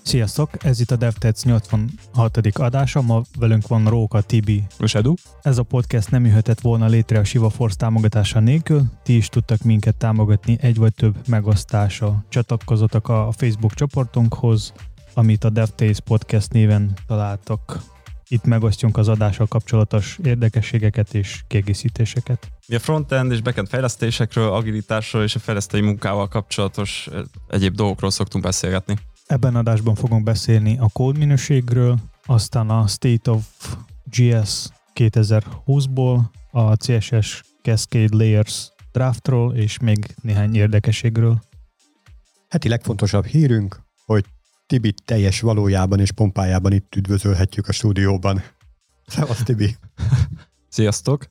Sziasztok, ez itt a DevTech 86. adása, ma velünk van Róka, Tibi és Edu. Ez a podcast nem jöhetett volna létre a ShivaForce támogatása nélkül, ti is tudtak minket támogatni egy vagy több megosztással. Csatlakozzatok a Facebook csoportunkhoz, amit a DevTales Podcast néven találtak. Itt megosztjunk az adással kapcsolatos érdekességeket és kiegészítéseket. Mi a frontend és backend fejlesztésekről, agilitásról és a fejlesztői munkával kapcsolatos egyéb dolgokról szoktunk beszélgetni. Ebben adásban fogunk beszélni a kódminőségről, aztán a State of JS 2020-ból, a CSS Cascade Layers draftról és még néhány érdekességről. Heti legfontosabb hírünk, hogy Tibit teljes valójában és pompájában itt üdvözölhetjük a stúdióban. Szevasz, Tibi! Sziasztok!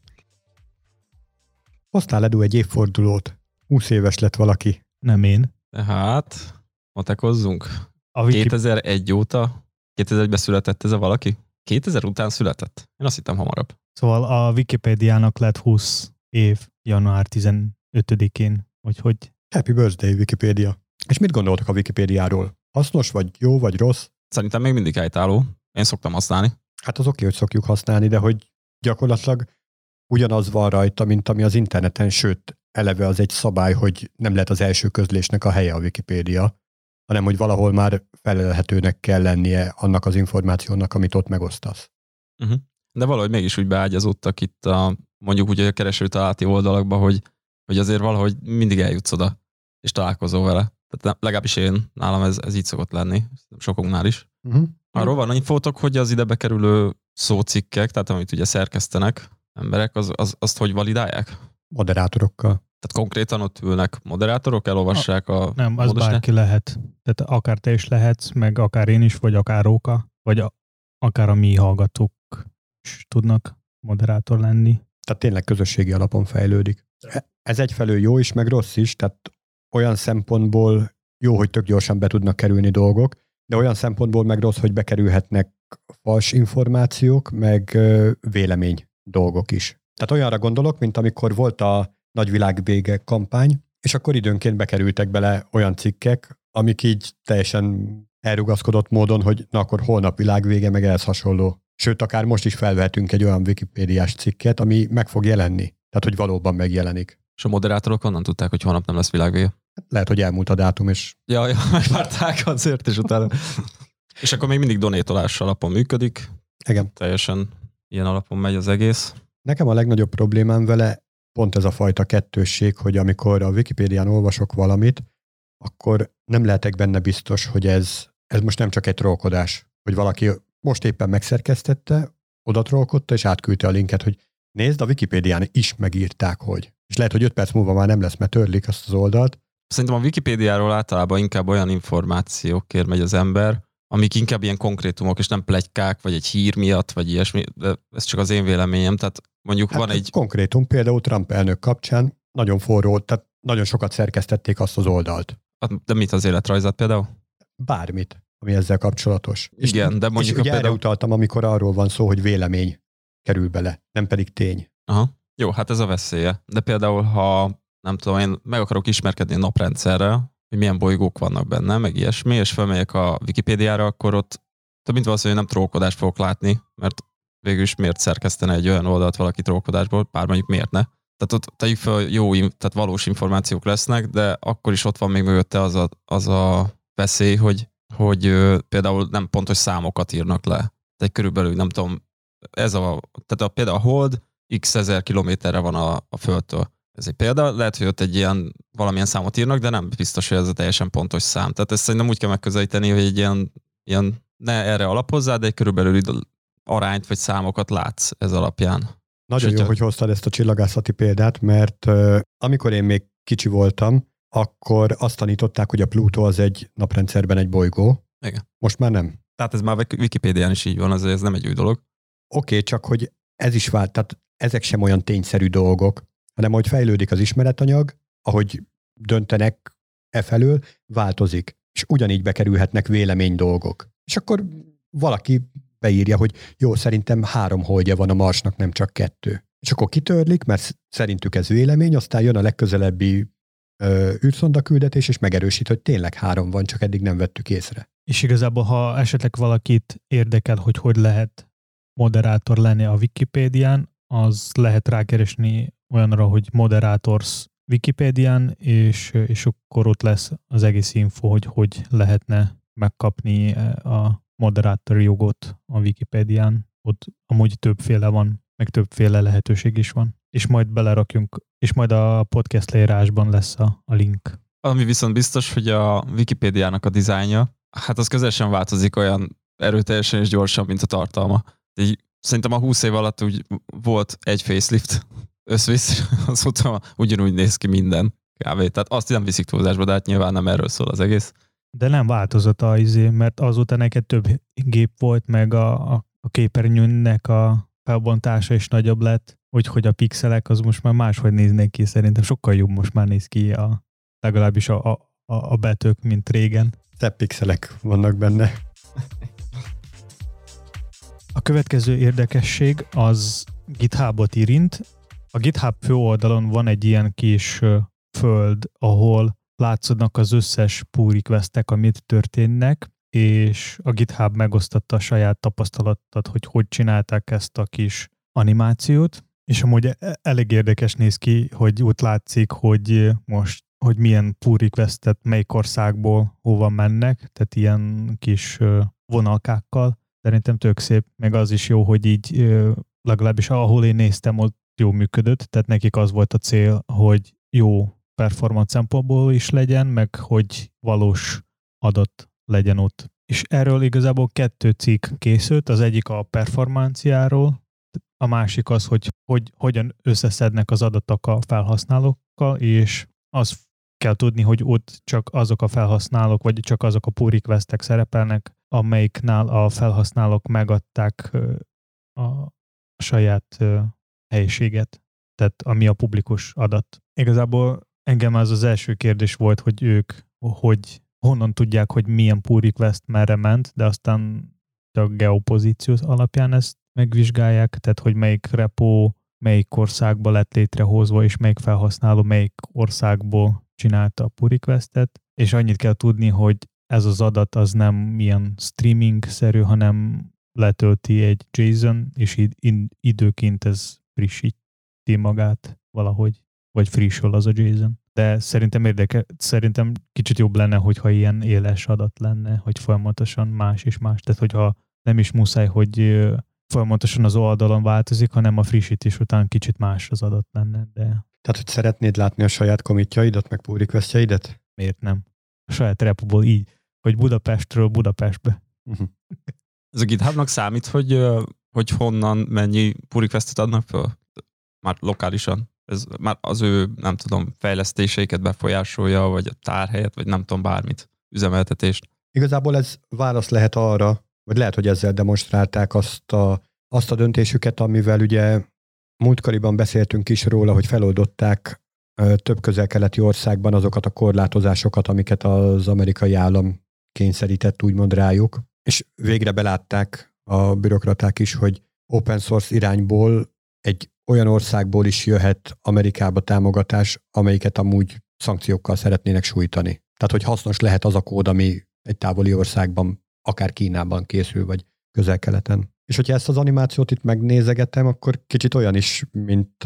Hoztál, Edu, egy évfordulót. 20 éves lett valaki. Nem én. Hát, matekozzunk. 2001 óta, 2001-ben született ez a valaki? 2000 után született? Én azt hittem hamarabb. Szóval a Wikipédiának lett 20 év január 15-én, úgyhogy... Happy birthday, Wikipédia! És mit gondoltak a Wikipédiáról? Hasznos, vagy jó, vagy rossz? Szerintem még mindig helytálló. Én szoktam használni. Hát az oké, hogy szokjuk használni, de hogy gyakorlatilag ugyanaz van rajta, mint ami az interneten, sőt, eleve az egy szabály, hogy nem lehet az első közlésnek a helye a Wikipédia, hanem hogy valahol már felelhetőnek kell lennie annak az információnak, amit ott megosztasz. Uh-huh. De valahogy mégis úgy beágyazódtak itt mondjuk úgy a keresőtalálati oldalakba, hogy azért valahogy mindig eljutsz oda, és találkozol vele. Tehát legalábbis nálam ez így szokott lenni, sokunknál is. Uh-huh. Arról van infótok, hogy az ide bekerülő szócikkek, tehát amit ugye szerkesztenek emberek, azt hogy validálják? Moderátorokkal. Tehát konkrétan ott ülnek moderátorok, elolvassák a... Nem, az bárki lehet. Tehát akár te is lehetsz, meg akár én is, vagy akár Róka, vagy akár a mi hallgatók is tudnak moderátor lenni. Tehát tényleg közösségi alapon fejlődik. Ez egyfelől jó is, meg rossz is, tehát olyan szempontból jó, hogy tök gyorsan be tudnak kerülni dolgok, de olyan szempontból meg rossz, hogy bekerülhetnek fals információk, meg vélemény dolgok is. Tehát olyanra gondolok, mint amikor volt a Nagyvilág vége kampány, és akkor időnként bekerültek bele olyan cikkek, amik így teljesen elrugaszkodott módon, hogy na akkor holnap világvége, meg ehhez hasonló. Sőt, akár most is felvehetünk egy olyan wikipédiás cikket, ami meg fog jelenni. Tehát, hogy valóban megjelenik. És a moderátorok honnan tudták, hogy holnap nem lesz világvége? Lehet, hogy elmúlt a dátum, és... Ja, megvárták azért, és utána... És akkor még mindig donétolás alapon működik. Igen. Teljesen ilyen alapon megy az egész. Nekem a legnagyobb problémám vele pont ez a fajta kettősség, hogy amikor a Wikipédián olvasok valamit, akkor nem lehetek benne biztos, hogy ez most nem csak egy trollkodás, hogy valaki most éppen megszerkesztette, oda trollkodta, és átküldte a linket, hogy nézd, a Wikipédián is megírták, hogy. És lehet, hogy 5 perc múlva már nem lesz, mert törlik azt az oldalt. Szerintem a Wikipédiáról általában inkább olyan információkért megy az ember, amik inkább ilyen konkrétumok, és nem pletykák, vagy egy hír miatt, vagy ilyesmi, de ez csak az én véleményem, tehát mondjuk van egy... Konkrétum, például Trump elnök kapcsán nagyon forró, tehát nagyon sokat szerkesztették azt az oldalt. De mit az életrajzát például? Bármit, ami ezzel kapcsolatos. Igen, de mondjuk és ugye erre utaltam, amikor arról van szó, hogy vélemény kerül bele, nem pedig tény. Aha. Jó, hát ez a veszélye. De például, ha nem tudom, én meg akarok ismerkedni a naprendszerrel, hogy milyen bolygók vannak benne, meg ilyesmi, és felmegyek a Wikipédiára, akkor ott több mint valószínűleg nem trollkodást fogok látni, mert végül is miért szerkesztene egy olyan oldalt valaki trollkodásból, bár mondjuk miért ne. Tehát ott tegyük fel, tehát valós információk lesznek, de akkor is ott van még mögötte az a veszély, hogy például nem pontos számokat írnak le. Tehát körülbelül, nem tudom, tehát például a Hold x ezer kilométerre van a Földtől. Ez egy példa, lehet, hogy ott egy ilyen valamilyen számot írnak, de nem biztos, hogy ez a teljesen pontos szám. Tehát ezt szerintem úgy kell megközelíteni, hogy egy ilyen ne erre alapozzá, de egy körülbelül arányt vagy számokat látsz ez alapján. Nagyon jó, hogy hoztad ezt a csillagászati példát, mert amikor én még kicsi voltam, akkor azt tanították, hogy a Plutó az egy naprendszerben egy bolygó. Igen. Most már nem. Tehát ez már Wikipédián is így van, azért ez nem egy új dolog. Oké, csak hogy ez is vált, tehát ezek sem olyan tényszerű dolgok, hanem ahogy fejlődik az ismeretanyag, ahogy döntenek felől, változik. És ugyanígy bekerülhetnek vélemény dolgok. És akkor valaki beírja, hogy jó, szerintem 3 holdja van a Marsnak, nem csak 2. És akkor kitörlik, mert szerintük ez vélemény, aztán jön a legközelebbi űrszonda küldetés, és megerősít, hogy tényleg 3 van, csak eddig nem vettük észre. És igazából, ha esetleg valakit érdekel, hogy lehet moderátor lenni a Wikipédián, az lehet rákeresni olyanra, hogy Moderators Wikipédián, és akkor ott lesz az egész info, hogy lehetne megkapni a moderátor jogot a Wikipédián. Ott amúgy többféle van, meg többféle lehetőség is van. És majd belerakjunk, és majd a podcast leírásban lesz a link. Ami viszont biztos, hogy a Wikipédiának a dizájnja, hát az közel sem változik olyan erőteljesen és gyorsan, mint a tartalma. Így, szerintem a 20 év alatt úgy volt egy facelift összvisz, azóta ugyanúgy néz ki minden kb. Tehát azt nem viszik túlzásba, de hát nyilván nem erről szól az egész. De nem változott mert azóta neked több gép volt, meg a képernyőnek a felbontása is nagyobb lett, hogy a pixelek az most már máshogy néznek ki, szerintem sokkal jobb most már néz ki legalábbis a betök, mint régen. Szebb pixelek vannak benne. A következő érdekesség az GitHubot érint. A GitHub főoldalon van egy ilyen kis föld, ahol látszódnak az összes pull requestek, amit történnek, és a GitHub megosztotta a saját tapasztalatot, hogy csinálták ezt a kis animációt, és amúgy elég érdekes néz ki, hogy úgy látszik, hogy most, hogy milyen pull requestet melyik országból hova mennek, tehát ilyen kis vonalkákkal. Szerintem tök szép, meg az is jó, hogy így legalábbis ahol én néztem, ott jó működött, tehát nekik az volt a cél, hogy jó performance szempontból is legyen, meg hogy valós adat legyen ott. És erről igazából 2 cikk készült, az egyik a performanciáról, a másik az, hogy hogyan összeszednek az adatok a felhasználókkal, és azt kell tudni, hogy ott csak azok a felhasználók, vagy csak azok a pull requestek szerepelnek, amelyiknál a felhasználók megadták a saját helyiséget, tehát ami a publikus adat. Igazából engem az első kérdés volt, hogy ők honnan tudják, hogy milyen pull request merre ment, de aztán a geopozíció alapján ezt megvizsgálják, tehát hogy melyik repo, melyik országba lett létrehozva, és melyik felhasználó melyik országból csinálta a pull requestet, és annyit kell tudni, hogy ez az adat az nem ilyen streaming-szerű, hanem letölti egy JSON, és időként ez frissíti magát valahogy, vagy frissül az a JSON. De szerintem kicsit jobb lenne, hogyha ilyen éles adat lenne, hogy folyamatosan más és más. Tehát, hogyha nem is muszáj, hogy folyamatosan az oldalon változik, hanem a frissítés után kicsit más az adat lenne. De... Tehát, hogy szeretnéd látni a saját commitjaidat, meg pull requestjeidet? Miért nem? A saját repoból így, hogy Budapestről Budapestbe. Uh-huh. Ez a GitHubnak számít, hogy honnan mennyi pull requestet adnak föl? Már lokálisan. Ez már az ő, nem tudom, fejlesztéseiket befolyásolja, vagy a tárhelyet, vagy nem tudom, bármit, üzemeltetést. Igazából ez válasz lehet arra, vagy lehet, hogy ezzel demonstrálták azt a döntésüket, amivel ugye múltkoriban beszéltünk is róla, hogy feloldották több közel-keleti országban azokat a korlátozásokat, amiket az amerikai állam kényszerített úgymond rájuk, és végre belátták a bürokraták is, hogy open source irányból egy olyan országból is jöhet Amerikába támogatás, amelyiket amúgy szankciókkal szeretnének sújtani. Tehát, hogy hasznos lehet az a kód, ami egy távoli országban, akár Kínában készül, vagy közel-keleten. És hogyha ezt az animációt itt megnézegetem, akkor kicsit olyan is, mint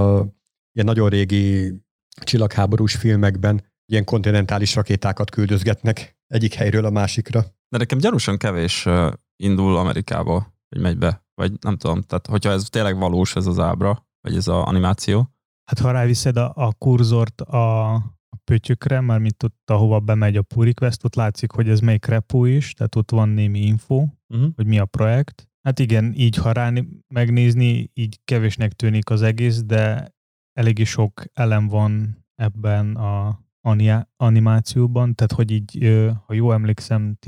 ilyen nagyon régi csillagháborús filmekben, ilyen kontinentális rakétákat küldözgetnek egyik helyről a másikra. De nekem gyanúsan kevés indul Amerikába, hogy megy be. Vagy nem tudom, tehát hogyha ez tényleg valós ez az ábra, vagy ez az animáció. Hát ha ráviszed a kurzort a pöttyökre, mármint ott, ahova bemegy a pull request, ott látszik, hogy ez melyik repo is, tehát ott van némi info, hogy mi a projekt. Hát igen, így ha rá megnézni, így kevésnek tűnik az egész, de eléggé sok elem van ebben a animációban, tehát hogy így, ha jól emlékszem,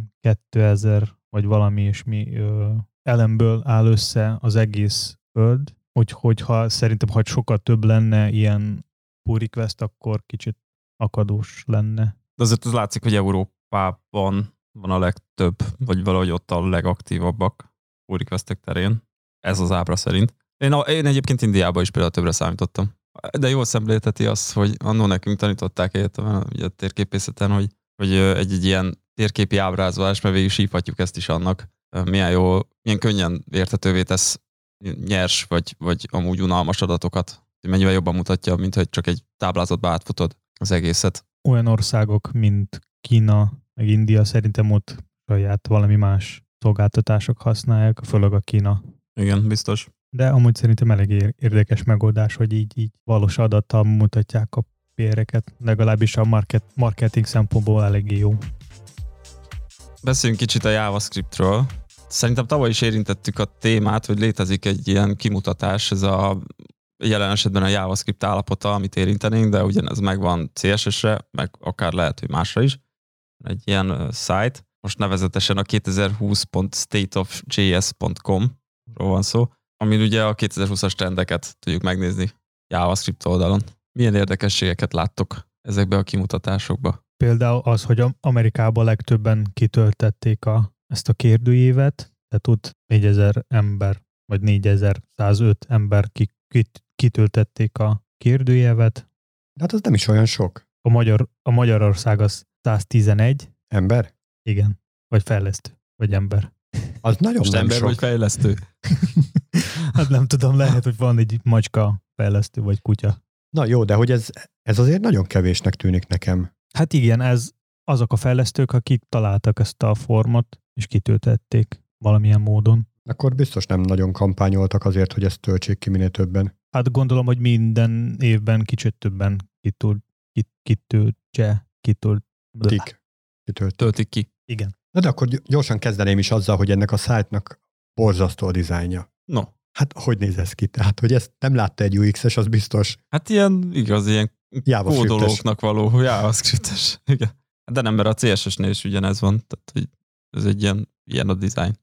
12,000 vagy valami és mi elemből áll össze az egész föld, hogyha szerintem, ha sokkal több lenne ilyen pull request, akkor kicsit akadós lenne. De azért az látszik, hogy Európában van a legtöbb, vagy valahogy ott a legaktívabbak pull requestek terén. Ez az ábra szerint. Én egyébként Indiában is például többre számítottam. De jól szemlélteti azt, hogy annól nekünk tanították egyetemen, ugye a térképészeten, hogy egy ilyen térképi ábrázolás, mert végül is hívhatjuk ezt is annak, milyen könnyen érthetővé tesz nyers, vagy amúgy unalmas adatokat. Mennyivel jobban mutatja, mint hogy csak egy táblázatba átfutod az egészet. Olyan országok, mint Kína, meg India szerintem ott saját valami más szolgáltatások használják, főleg a Kína. Igen, biztos. De amúgy szerintem elég érdekes megoldás, hogy így valós adattal mutatják a péreket, legalábbis a marketing szempontból eléggé jó. Beszéljünk kicsit a JavaScriptről. Szerintem tavaly is érintettük a témát, hogy létezik egy ilyen kimutatás, ez a jelen esetben a JavaScript állapota, amit érintenénk, de ugyanez megvan CSS-re, meg akár lehet, hogy másra is. Egy ilyen site, most nevezetesen a 2020.stateofjs.com-ról van szó, amin ugye a 2020-as trendeket tudjuk megnézni JavaScript oldalon. Milyen érdekességeket láttok ezekbe a kimutatásokba? Például az, hogy Amerikában legtöbben kitöltették ezt a kérdőívet, tehát ott 4000 ember, vagy 4105 ember kitöltették a kérdőívet. De hát az nem is olyan sok. A Magyarország az 111. Ember? Igen. Vagy fejlesztő, vagy ember. Az nagyon most nem ember sok. vagy fejlesztő? Hát nem tudom, lehet, hogy van egy macska fejlesztő, vagy kutya. Na jó, de hogy ez azért nagyon kevésnek tűnik nekem. Hát igen, ez azok a fejlesztők, akik találtak ezt a formot, és kitöltették valamilyen módon. Akkor biztos nem nagyon kampányoltak azért, hogy ezt töltsék ki minél többen. Hát gondolom, hogy minden évben kicsit többen Töltik ki. Igen. Na de akkor gyorsan kezdeném is azzal, hogy ennek a szájtnak borzasztó a dizájnja. No. Hát hogy néz ez ki? Tehát, hogy ezt nem látta egy UX-es, az biztos. Hát ilyen kódolóknak való JavaScript-es. Igen. De nem, mert a CSS-nél is ugyanez van. Tehát, hogy ez egy ilyen a design.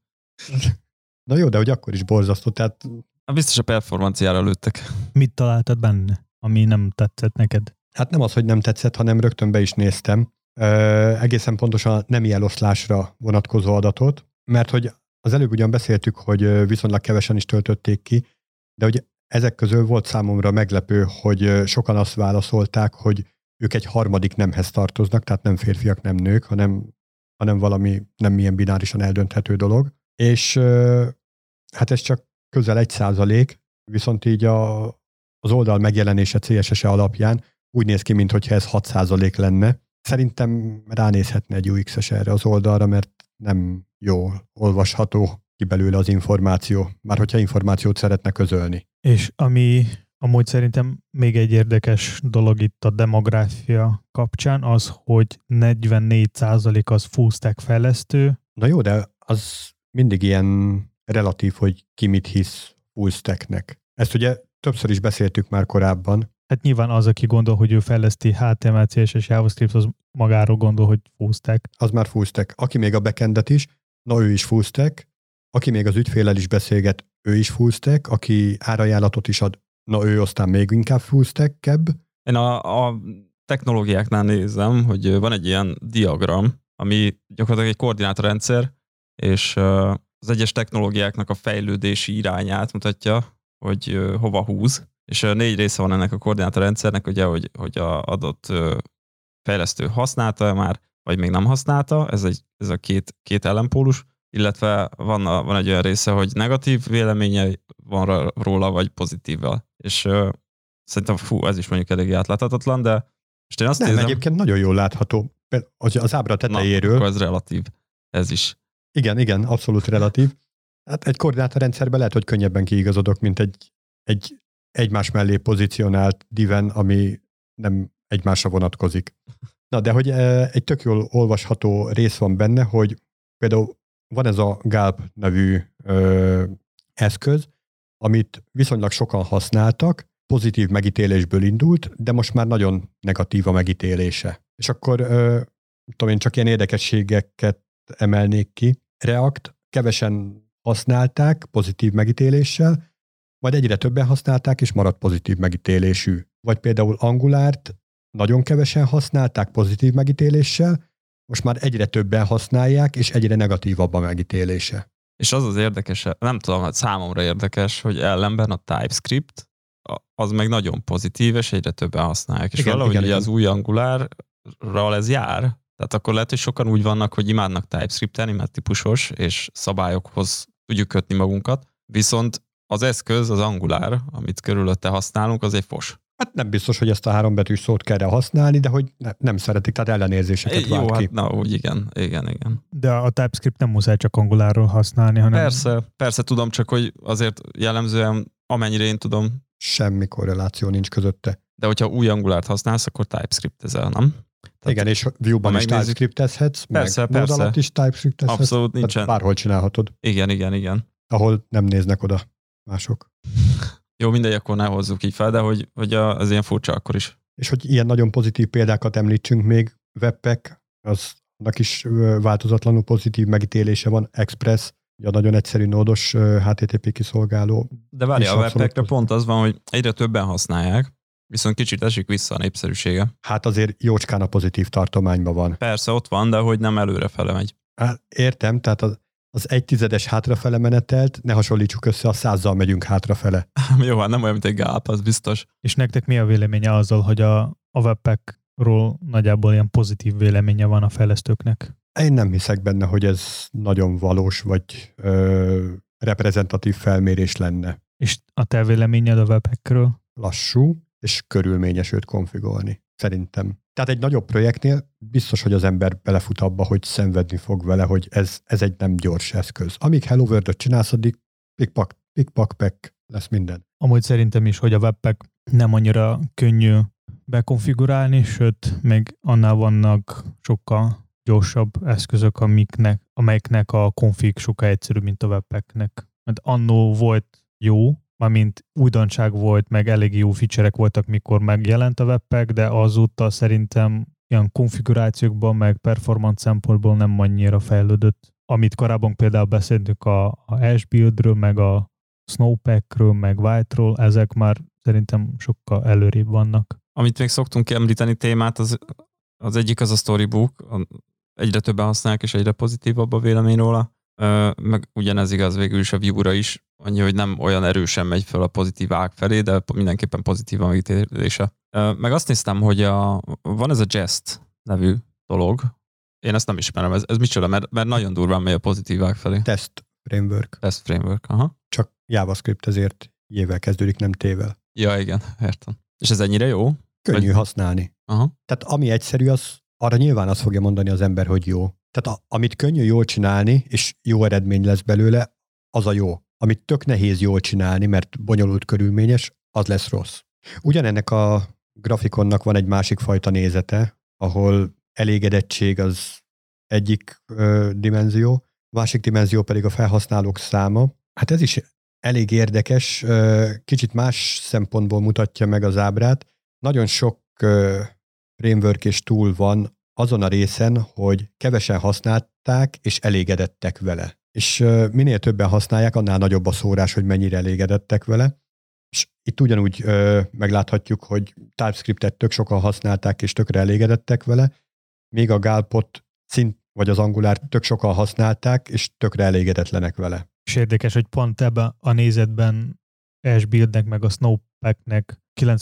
Na jó, de hogy akkor is borzasztó. Tehát... Biztos a performanciára lőttek. Mit találtad benne, ami nem tetszett neked? Hát nem az, hogy nem tetszett, hanem rögtön be is néztem. Egészen pontosan nemi eloszlásra vonatkozó adatot, mert hogy az előbb ugyan beszéltük, hogy viszonylag kevesen is töltötték ki, de hogy ezek közül volt számomra meglepő, hogy sokan azt válaszolták, hogy ők egy harmadik nemhez tartoznak, tehát nem férfiak, nem nők, hanem valami nem ilyen binárisan eldönthető dolog. És hát ez csak közel 1%, viszont így az oldal megjelenése CSS-e alapján úgy néz ki, mintha ez 6% lenne. Szerintem ránézhetne egy UX-es erre az oldalra, mert nem jól olvasható ki belőle az információ, már hogyha információt szeretne közölni. És ami amúgy szerintem még egy érdekes dolog itt a demográfia kapcsán, az, hogy 44% az full stack fejlesztő. Na jó, de az mindig ilyen relatív, hogy ki mit hisz full stacknek. Ezt ugye többször is beszéltük már korábban. Hát nyilván az, aki gondol, hogy ő fejleszti HTML, CSS, JavaScript, az magáról gondol, hogy full stack. Az már full stack. Aki még a backendet is, na ő is full stack. Aki még az ügyféllel is beszélget, ő is full stack. Aki árajánlatot is ad, na ő aztán még inkább full stack-ebb. Én a technológiáknál nézem, hogy van egy ilyen diagram, ami gyakorlatilag egy koordinátorrendszer, és az egyes technológiáknak a fejlődési irányát mutatja, hogy hova húz. És 4 része van ennek a koordinátorrendszernek, ugye, hogy a adott fejlesztő használta már, vagy még nem használta, ez a két ellenpólus, illetve van egy olyan része, hogy negatív véleménye van róla, vagy pozitívval. És szerintem ez is mondjuk elég átláthatatlan, de most én azt nézem... egyébként nagyon jól látható. Az ábra tetejéről... Na, ez relatív. Ez is. Igen, abszolút relatív. Hát egy koordinátorrendszerben lehet, hogy könnyebben kiigazodok, mint egy egymás mellé pozícionált diven, ami nem egymásra vonatkozik. Na, de hogy egy tök jól olvasható rész van benne, hogy például van ez a Gulp nevű eszköz, amit viszonylag sokan használtak, pozitív megítélésből indult, de most már nagyon negatív a megítélése. És akkor tudom én, csak ilyen érdekességeket emelnék ki. React kevesen használták pozitív megítéléssel, majd egyre többen használták, és maradt pozitív megítélésű. Vagy például Angulárt nagyon kevesen használták pozitív megítéléssel, most már egyre többen használják, és egyre negatívabb a megítélése. És az érdekes, nem tudom, hát számomra érdekes, hogy ellenben a TypeScript az meg nagyon pozitív, és egyre többen használják. És Igen, valahogy igen, ugye igen. az új Angularral ez jár, tehát akkor lehet, hogy sokan úgy vannak, hogy imádnak TypeScript-elni, mert típusos, és szabályokhoz tudjuk kötni magunkat, viszont az eszköz, az Angular, amit körülötte használunk, az egy fos. Hát nem biztos, hogy ezt a 3 betűs szót kell használni, de hogy nem szeretik, tehát ellenérzéseket vált Jó, ki. hát na, úgy igen. De a TypeScript nem muszáj csak Angularról használni, hanem... Persze tudom, csak hogy azért jellemzően, amennyire én tudom, Semmi korreláció nincs közötte. de hogyha új Angulárt használsz, akkor TypeScript ezzel, nem? Tehát, igen, és Vue-ban is megnézzük- TypeScript-ezhetsz, Persze, meg Node alatt is TypeScript-ezhetsz. abszolút Tehát nincsen. bárhol csinálhatod, Igen. ahol nem néznek oda mások. Jó, mindegy, akkor ne hozzuk így fel, de hogy az ilyen furcsa akkor is. És hogy ilyen nagyon pozitív példákat említsünk még, Webpack, annak is változatlanul pozitív megítélése van, Express, ugye a nagyon egyszerű nódos HTTP kiszolgáló. De várj, És a abszolút Webpackre pozitív. pont az van, hogy egyre többen használják, viszont kicsit esik vissza a népszerűsége. Hát azért jócskán a pozitív tartományban van. Persze ott van, de hogy nem előrefele megy. Hát értem, tehát az 1/10 hátrafele menetelt, ne hasonlítsuk össze, a 100-zal megyünk hátrafele. Jó, hát nem olyan, mint egy gáp, az biztos. És nektek mi a véleménye azzal, hogy a Webpackról nagyjából ilyen pozitív véleménye van a fejlesztőknek? Én nem hiszek benne, hogy ez nagyon valós, vagy reprezentatív felmérés lenne. És a te véleményed a Webpackről? Lassú, és körülményes őt konfigolni. Szerintem. Tehát egy nagyobb projektnél biztos, hogy az ember belefut abba, hogy szenvedni fog vele, hogy ez egy nem gyors eszköz. Amíg Hello World-öt csinálsz, addig pick-pack lesz minden. Amúgy szerintem is, hogy a Webpack nem annyira könnyű bekonfigurálni, sőt, még annál vannak sokkal gyorsabb eszközök, amelyeknek a config sokkal egyszerűbb, mint a Webpacknek. Mert annó volt jó, mármint újdonság volt, meg elég jó feature-ek voltak, mikor megjelent a Webpack, de azóta szerintem ilyen konfigurációkban, meg performance szempontból nem annyira fejlődött. Amit korábban például beszéltünk a Ashbuildről, meg a Snowpackről, meg White-ról, ezek már szerintem sokkal előrébb vannak. Amit még szoktunk említeni témát, az egyik az a Storybook, egyre többen használják, és egyre pozitívabb a vélemény róla. Meg ugyanez igaz végül is a Vue-ra is, annyi, hogy nem olyan erősen megy fel a pozitív ág felé, de mindenképpen pozitív a megítélése. Meg azt néztem, hogy van ez a Jest nevű dolog. Én ezt nem ismerem, ez micsoda, mert nagyon durván megy a pozitív ág felé. Test framework. Test framework, aha. Csak JavaScript ezért J-vel kezdődik, nem T-vel. Ja, igen, értem. És ez ennyire jó? Könnyű használni. Aha. Tehát ami egyszerű, az arra nyilván azt fogja mondani az ember, hogy jó. Tehát amit könnyű jól csinálni, és jó eredmény lesz belőle, az a jó. Amit tök nehéz jól csinálni, mert bonyolult körülményes, az lesz rossz. Ugyanennek a grafikonnak van egy másik fajta nézete, ahol elégedettség az egyik dimenzió, a másik dimenzió pedig a felhasználók száma. Hát ez is elég érdekes, kicsit más szempontból mutatja meg az ábrát. Nagyon sok framework és tool van azon a részen, hogy kevesen használták és elégedettek vele. És minél többen használják, annál nagyobb a szórás, hogy mennyire elégedettek vele. És itt ugyanúgy megláthatjuk, hogy TypeScriptet tök sokan használták és tökre elégedettek vele, még a Gulpot vagy az Angulárt tök sokan használták és tökre elégedetlenek vele. És érdekes, hogy pont ebben a nézetben Ashbuildnek meg a Snowpacknek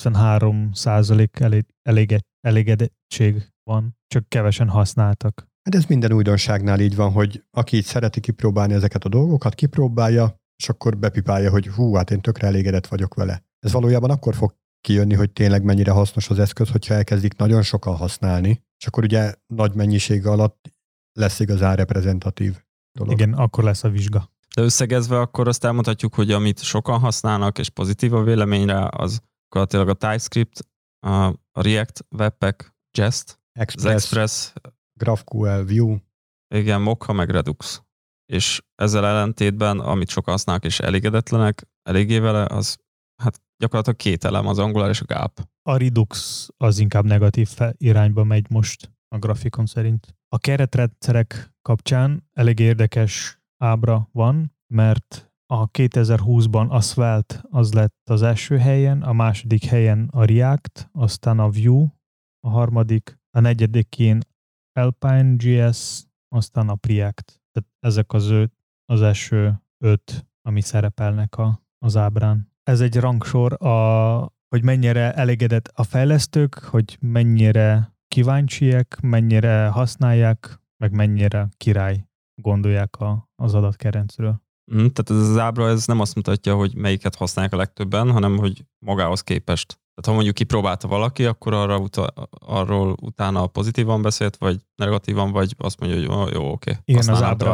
93% elégedettség van, csak kevesen használtak. Hát ez minden újdonságnál így van, hogy aki így szereti kipróbálni ezeket a dolgokat, kipróbálja, és akkor bepipálja, hogy hát én tökre elégedett vagyok vele. Ez valójában akkor fog kijönni, hogy tényleg mennyire hasznos az eszköz, hogyha elkezdik nagyon sokan használni, és akkor ugye nagy mennyiség alatt lesz igazán reprezentatív dolog. Igen, akkor lesz a vizsga. De összegezve akkor azt elmondhatjuk, hogy amit sokan használnak, és pozitív a véleményre, az gyakorlatilag a TypeScript, a React, Webpack, Jest, az Express, GraphQL, Vue. Igen, Mocha meg Redux. És ezzel ellentétben, amit sokan használnak és elégedetlenek, eléggé vele, az hát gyakorlatilag 2 elem, az Angular és a Gap. A Redux az inkább negatív irányba megy most a grafikon szerint. A keretrendszerek kapcsán elég érdekes ábra van, mert a 2020-ban a Svelte az lett az első helyen, a második helyen a React, aztán a Vue, a harmadik, a negyedikén Alpine.js, aztán a Preact. Tehát ezek az első 5, ami szerepelnek az ábrán. ez egy rangsor, hogy mennyire elégedett a fejlesztők, hogy mennyire kíváncsiak, mennyire használják, meg mennyire király gondolják az adatkerencről. Tehát ez az ábra ez nem azt mutatja, hogy melyiket használják a legtöbben, hanem hogy magához képest. Tehát ha mondjuk kipróbálta valaki, akkor arról utána pozitívan beszélt, vagy negatívan, vagy azt mondja, hogy jó, oké. Igen,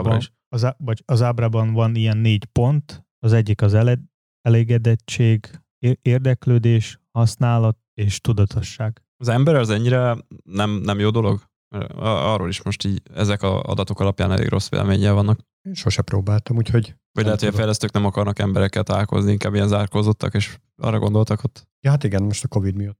az ábrában van ilyen 4 pont. Az egyik az elégedettség, érdeklődés, használat és tudatosság. Az ember az ennyire nem jó dolog? Arról is most így ezek az adatok alapján elég rossz véleménnyel vannak. Én sose próbáltam, úgyhogy... Vagy lehet, hogy a fejlesztők nem akarnak emberekkel találkozni, inkább ilyen zárkózottak, és arra gondoltak ott. Ja, hát igen, most a Covid miatt.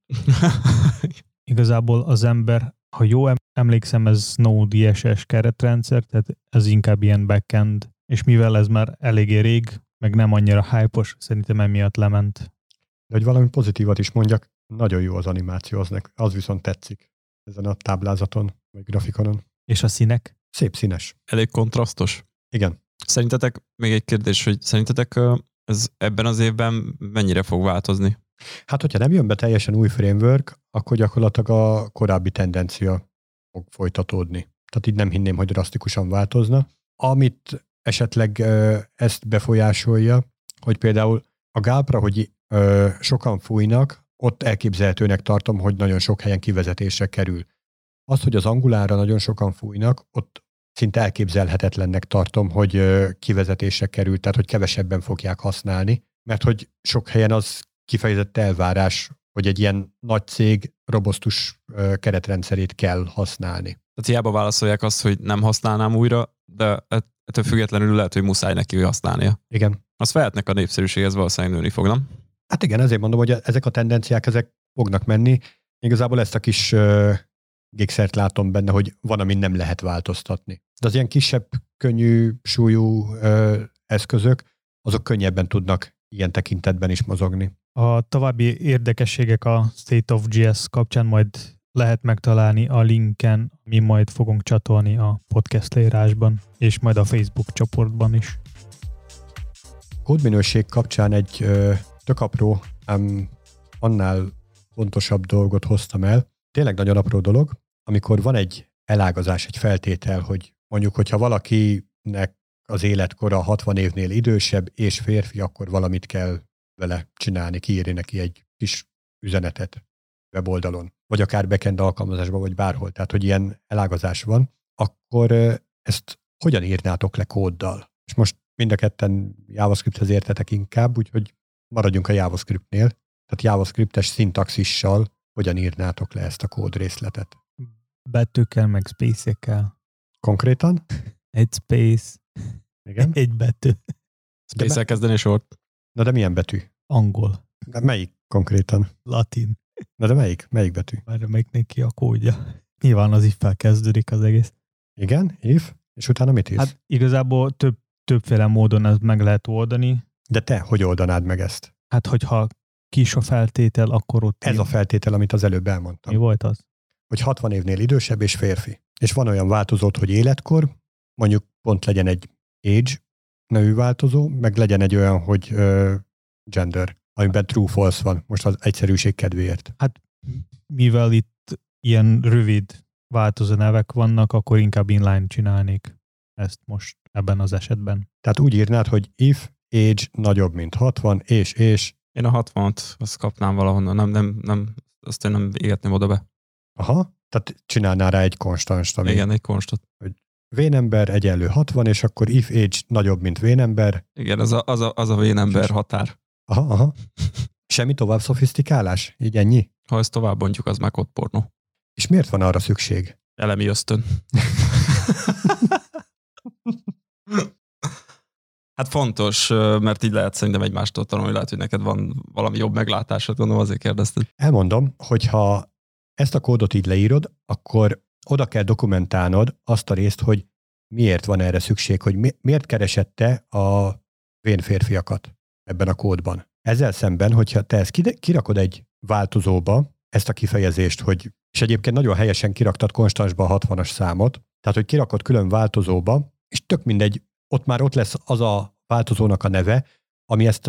Igazából az ember, ha jó emlékszem, ez Node.js keretrendszer, tehát ez inkább ilyen backend, és mivel ez már eléggé rég, meg nem annyira hype-os, szerintem emiatt lement. De hogy valami pozitívat is mondjak, nagyon jó az animáció, az viszont tetszik ezen a táblázaton, vagy grafikonon. És a színek? Szép színes. Elég kontrasztos. Igen. Szerintetek, még egy kérdés, hogy szerintetek ez ebben az évben mennyire fog változni? Hát, hogyha nem jön be teljesen új framework, akkor gyakorlatilag a korábbi tendencia fog folytatódni. Tehát így nem hinném, hogy drasztikusan változna. Amit esetleg ezt befolyásolja, hogy például a Gápra, hogy sokan fújnak, ott elképzelhetőnek tartom, hogy nagyon sok helyen kivezetésre kerül. Az, hogy az Angularra nagyon sokan fújnak, ott szinte elképzelhetetlennek tartom, hogy kivezetésre kerül, tehát hogy kevesebben fogják használni, mert hogy sok helyen az kifejezett elvárás, hogy egy ilyen nagy cég robosztus keretrendszerét kell használni. Tehát hiába válaszolják azt, hogy nem használnám újra, de ettől függetlenül lehet, hogy muszáj neki használnia. Igen. Azt vehetnek a népszerűséghez valószínűleg nőni fog, nem? Hát igen, ezért mondom, hogy ezek a tendenciák, ezek fognak menni. Igazából ezt a kis gikszert látom benne, hogy van, amin nem lehet változtatni. De az ilyen kisebb, könnyű, súlyú eszközök, azok könnyebben tudnak ilyen tekintetben is mozogni. A további érdekességek a State of JS kapcsán majd lehet megtalálni a linken, mi majd fogunk csatolni a podcast leírásban, és majd a Facebook csoportban is. Kódminőség kapcsán egy tök apró, annál fontosabb dolgot hoztam el. Tényleg nagyon apró dolog, amikor van egy elágazás, egy feltétel, hogy mondjuk, hogyha valakinek az életkora 60 évnél idősebb és férfi, akkor valamit kell vele csinálni, kiírni neki egy kis üzenetet weboldalon, vagy akár backend alkalmazásban, vagy bárhol, tehát hogy ilyen elágazás van, akkor ezt hogyan írnátok le kóddal? És most mind a ketten JavaScripthez értetek inkább, úgyhogy maradjunk a JavaScriptnél. Tehát JavaScriptes szintaxissal hogyan írnátok le ezt a kódrészletet? Betűkkel, meg space-ekkel. Konkrétan? Egy space. Igen? Egy betű. Space-el kezdeni sort. Na de milyen betű? Angol. De melyik konkrétan? Latin. Na de melyik betű? Várja meg neki a kódja. Nyilván az if-fel kezdődik az egész. Igen, if, és utána mit írsz? Hát igazából többféle módon ezt meg lehet oldani. De te hogy oldanád meg ezt? Hát hogyha kis a feltétel, akkor ott... Ez a feltétel, amit az előbb elmondtam. Mi volt az? Hogy 60 évnél idősebb és férfi. És van olyan változót, hogy életkor, mondjuk pont legyen egy age nevű változó, meg legyen egy olyan, hogy gender, amiben true-false van, most az egyszerűség kedvéért. Hát mivel itt ilyen rövid változó nevek vannak, akkor inkább inline csinálnék ezt most ebben az esetben. Tehát úgy írnád, hogy if age nagyobb, mint 60, és Én a 60-at azt kapnám valahonnan, nem azt én nem égetném oda be. Aha, tehát csinálnál rá egy konstanst, ami... Igen, egy konstant. Hogy vénember egyenlő 60, és akkor if age nagyobb, mint vénember. Igen, az a vénember határ. Aha. Semmi tovább szofisztikálás? Így ennyi? Ha ezt tovább bontjuk, az már kódpornó. És miért van arra szükség? Elemi ösztön. Hát fontos, mert így lehet szerintem egymástól tanulni, lehet, hogy neked van valami jobb meglátásod, gondolom, azért kérdezted. Elmondom, hogyha ezt a kódot így leírod, akkor oda kell dokumentálnod azt a részt, hogy miért van erre szükség, hogy miért keresett te a vén férfiakat ebben a kódban. Ezzel szemben, hogyha te ezt kirakod egy változóba, ezt a kifejezést, hogy, és egyébként nagyon helyesen kiraktad konstansba a 60-as számot, tehát, hogy kirakod külön változóba, és tök mindegy, ott lesz az a változónak a neve, ami ezt a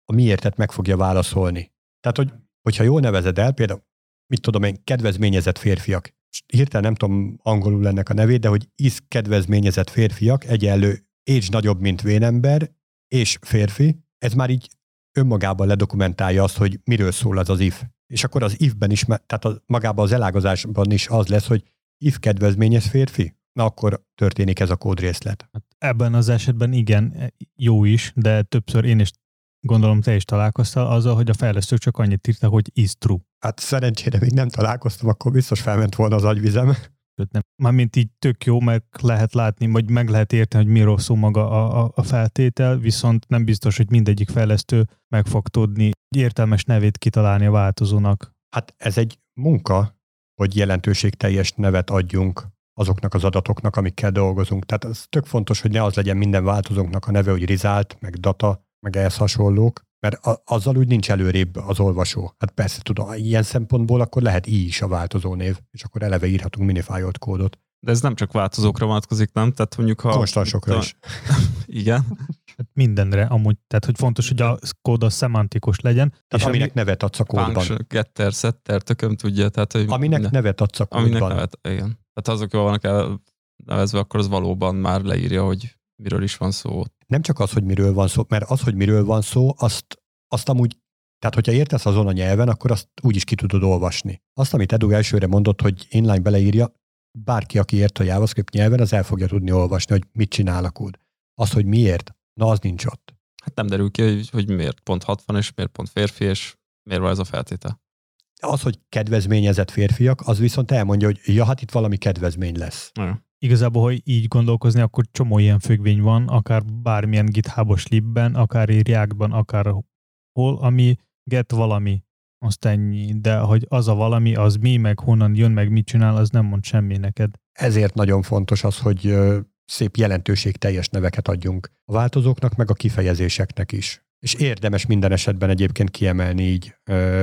a miértet meg fogja válaszolni. Tehát, hogyha jól nevezed el, például, mit tudom én, kedvezményezett férfiak. Hirtelen nem tudom angolul ennek a nevét, de hogy is kedvezményezett férfiak egyenlő age nagyobb, mint vénember, és férfi, ez már így önmagában ledokumentálja azt, hogy miről szól az if. És akkor az if-ben is, tehát magában az elágazásban is az lesz, hogy if kedvezményes férfi, na akkor történik ez a kódrészlet. Hát ebben az esetben igen, jó is, de többször én is gondolom, te is találkoztál azzal, hogy a fejlesztők csak annyit írtak, hogy is true. Hát szerencsére még nem találkoztam, akkor biztos felment volna az agyvizem. Mármint így tök jó, meg lehet látni, vagy meg lehet érteni, hogy miről szól maga a feltétel, viszont nem biztos, hogy mindegyik fejlesztő meg fog tudni értelmes nevét kitalálni a változónak. Hát ez egy munka, hogy jelentőségteljes nevet adjunk azoknak az adatoknak, amikkel dolgozunk. Tehát ez tök fontos, hogy ne az legyen minden változónknak a neve, hogy result, meg data, meg ehhez hasonlók, mert azzal úgy nincs előrébb az olvasó. Hát persze tudom, ilyen szempontból akkor lehet így is a változó név, és akkor eleve írhatunk minifájolt kódot. De ez nem csak változókra vonatkozik, nem? Tehát mondjuk ha... Konstansokra is. Igen. Hát mindenre amúgy, tehát hogy fontos, hogy a kód az szemantikus legyen. Tehát és aminek nevet adsz a kódban. Function, getter, setter, tököm tudja. Tehát, hogy aminek nevet adsz a kódban. Aminek nevet, igen. Tehát azok jól vannak elnevezve, akkor az valóban már leírja, hogy miről is van szó. Nem csak az, hogy miről van szó, mert az, hogy miről van szó, azt amúgy, tehát hogyha értesz azon a nyelven, akkor azt úgy is ki tudod olvasni. Azt, amit Edu elsőre mondott, hogy inline beleírja, bárki, aki ért a JavaScript nyelven, az el fogja tudni olvasni, hogy mit csinál a kód. Az, hogy miért, na az nincs ott. Hát nem derül ki, hogy miért pont 60, és miért pont férfi, és miért van ez a feltétel. Az, hogy kedvezményezett férfiak, az viszont elmondja, hogy ja, hát itt valami kedvezmény lesz. Ja. Igazából, ha így gondolkozni, akkor csomó ilyen függvény van, akár bármilyen GitHub-os libben, akár React-ban, akár hol, ami get valami, azt ennyi, de hogy az a valami, az mi, meg honnan jön, meg mit csinál, az nem mond semmi neked. Ezért nagyon fontos az, hogy szép jelentőségteljes neveket adjunk a változóknak, meg a kifejezéseknek is. És érdemes minden esetben egyébként kiemelni így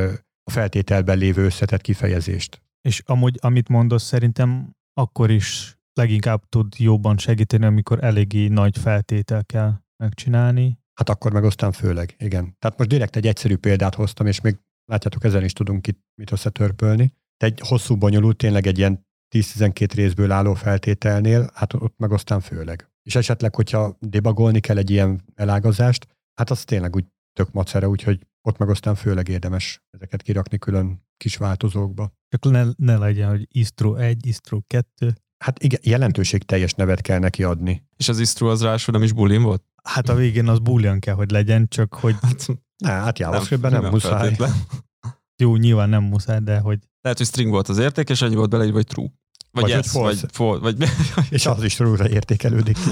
a feltételben lévő összetett kifejezést. És amúgy, amit mondasz, szerintem akkor is leginkább tud jobban segíteni, amikor eléggé nagy feltétel kell megcsinálni. Hát akkor meg aztán főleg, igen. Tehát most direkt egy egyszerű példát hoztam, és még látjátok, ezen is tudunk itt mit összetörpölni. De egy hosszú, bonyolult, tényleg egy ilyen 10-12 részből álló feltételnél, hát ott meg aztán főleg. És esetleg, hogyha debugolni kell egy ilyen elágazást, hát az tényleg úgy tök macera, úgyhogy ott meg aztán főleg érdemes ezeket kirakni külön kis változókba. Csak ne legyen, hogy istro 1, istro 2. Hát igen, jelentőségteljes nevet kell neki adni. És az istro az ráadásul nem is boolean volt? Hát a végén az boolean kell, hogy legyen, csak hogy... Hát JavaScriptben nem muszáj. Feltétlen. Jó, nyilván nem muszáj, de hogy... Lehet, hogy string volt az érték, és annyi volt beleírva, vagy true. Vagy yes, vagy és az is true-ra értékelődik ki.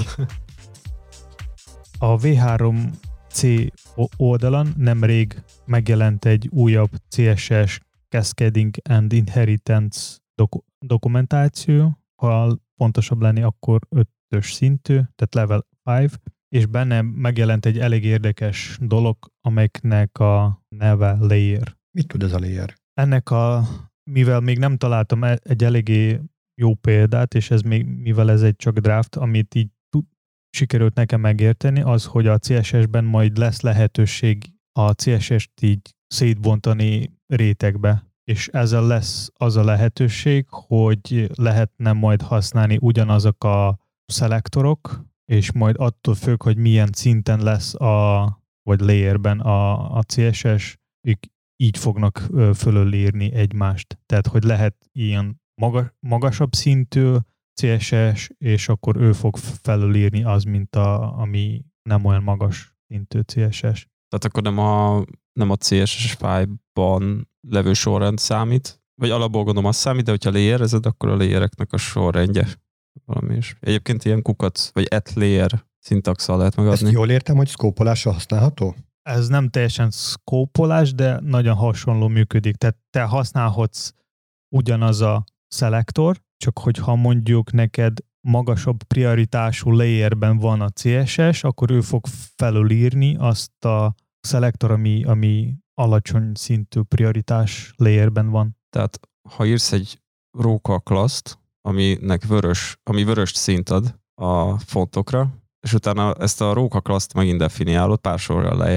A V3C oldalon nemrég megjelent egy újabb CSS Cascading and Inheritance dokumentáció, ha pontosabb lenni, akkor 5-ös szintű, tehát level 5, és benne megjelent egy elég érdekes dolog, amelynek a neve layer. Mit tud ez a layer? Ennek mivel még nem találtam egy eléggé jó példát, és ez még, mivel ez egy csak draft, amit így sikerült nekem megérteni, az, hogy a CSS-ben majd lesz lehetőség a CSS-t így szétbontani rétegbe, és ezzel lesz az a lehetőség, hogy lehetne majd használni ugyanazok a szelektorok, és majd attól függ, hogy milyen szinten lesz vagy layerben a CSS, ők így fognak fölülírni egymást. Tehát, hogy lehet ilyen magasabb szintű CSS, és akkor ő fog felülírni az, mint ami nem olyan magas szintű CSS. Tehát akkor nem a CSS file-ban levő sorrend számít, vagy alapból gondolom az számít, de hogyha layerezed, akkor a layereknek a sorrendje valami is. Egyébként ilyen kukat, vagy layer szintaxal lehet megadni. Ezt jól értem, hogy szkópolásra használható? Ez nem teljesen szkópolás, de nagyon hasonló működik. Tehát te használhatsz ugyanaz a szelektor, csak hogyha mondjuk neked magasabb prioritású layerben van a CSS, akkor ő fog felülírni azt a szelektor, ami alacsony szintű prioritás layerben van. Tehát ha írsz egy róka class-t, ami vörös szint ad a fontokra, és utána ezt a róka class-t megint definiálod pár sorral lejjebb,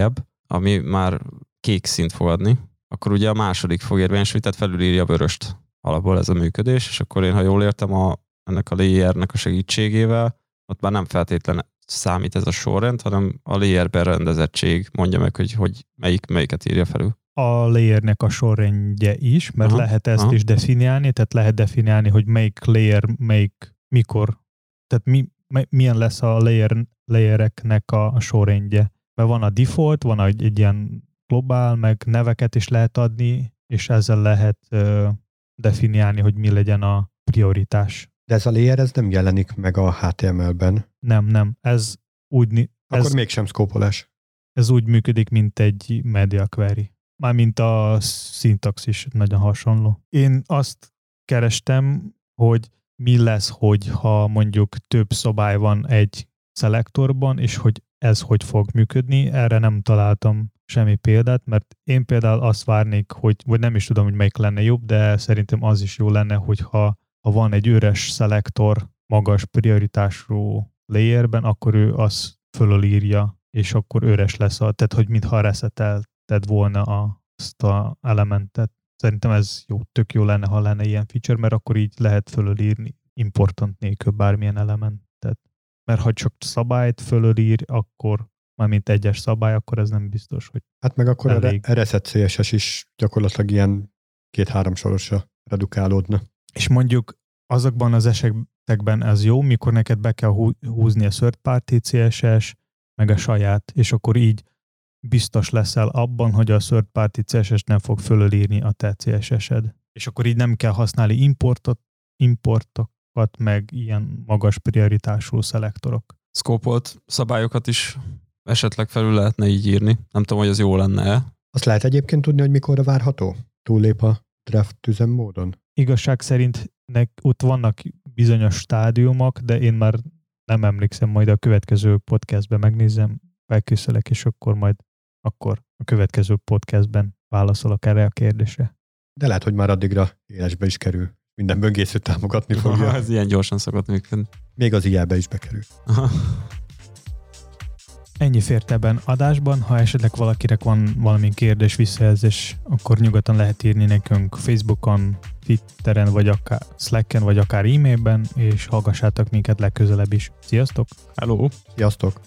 ami már kék színt fog adni, akkor ugye a második fog érvényesülni, tehát felülírja a vöröst. Alapból ez a működés, és akkor én, ha jól értem, ennek a layernek a segítségével, ott már nem feltétlenül számít ez a sorrend, hanem a layerben rendezettség mondja meg, hogy melyiket írja felül. A layernek a sorrendje is, mert lehet ezt is definiálni, tehát lehet definiálni, hogy melyik layer, mikor, tehát milyen lesz a layereknek a sorrendje. Mert van a default, van egy ilyen globál, meg neveket is lehet adni, és ezzel lehet definiálni, hogy mi legyen a prioritás. De ez a layer, ez nem jelenik meg a HTML-ben. Nem. Ez úgy... Akkor mégsem szkópolás. Ez úgy működik, mint egy media query. Mármint a szintax is nagyon hasonló. Én azt kerestem, hogy mi lesz, ha mondjuk több szabály van egy szelektorban, és hogy ez hogy fog működni. Erre nem találtam semmi példát, mert én például azt várnék, vagy nem is tudom, hogy melyik lenne jobb, de szerintem az is jó lenne, hogyha van egy üres szelektor magas prioritású layerben, akkor ő azt fölülírja, és akkor üres lesz, tehát hogy mintha resetelted volna azt a elementet. Szerintem ez tök jó lenne, ha lenne ilyen feature, mert akkor így lehet fölülírni important nélkül bármilyen elementet. Mert ha csak szabályt fölülír, akkor mármint egyes szabály, akkor ez nem biztos, hogy hát meg akkor elég. a reset CSS is gyakorlatilag ilyen 2-3 sorosra redukálódna. És mondjuk azokban az esetekben ez jó, mikor neked be kell húzni a third party CSS, meg a saját, és akkor így biztos leszel abban, hogy a third party CSS nem fog fölülírni a te CSS-ed. És akkor így nem kell használni importokat, meg ilyen magas prioritású szelektorok. Szkópolt szabályokat is esetleg felül lehetne így írni. Nem tudom, hogy az jó lenne-e. Azt lehet egyébként tudni, hogy mikorra várható? Túllép a draft üzemmódon? Igazság szerint ott vannak bizonyos stádiumok, de én már nem emlékszem, majd a következő podcastben megnézem, felkészülök, és akkor a következő podcastben válaszolok erre a kérdésre. De lehet, hogy már addigra élesbe is kerül. Minden böngészőt támogatni fogja. Ez ilyen gyorsan szokott működni. Még az IA-be is bekerül. Ennyi fért ebben adásban. Ha esetleg valakinek van valami kérdés, visszajelzés, akkor nyugodtan lehet írni nekünk Facebookon, Twitteren, vagy akár Slacken, vagy akár e-mailben, és hallgassátok minket legközelebb is. Sziasztok! Hello! Sziasztok!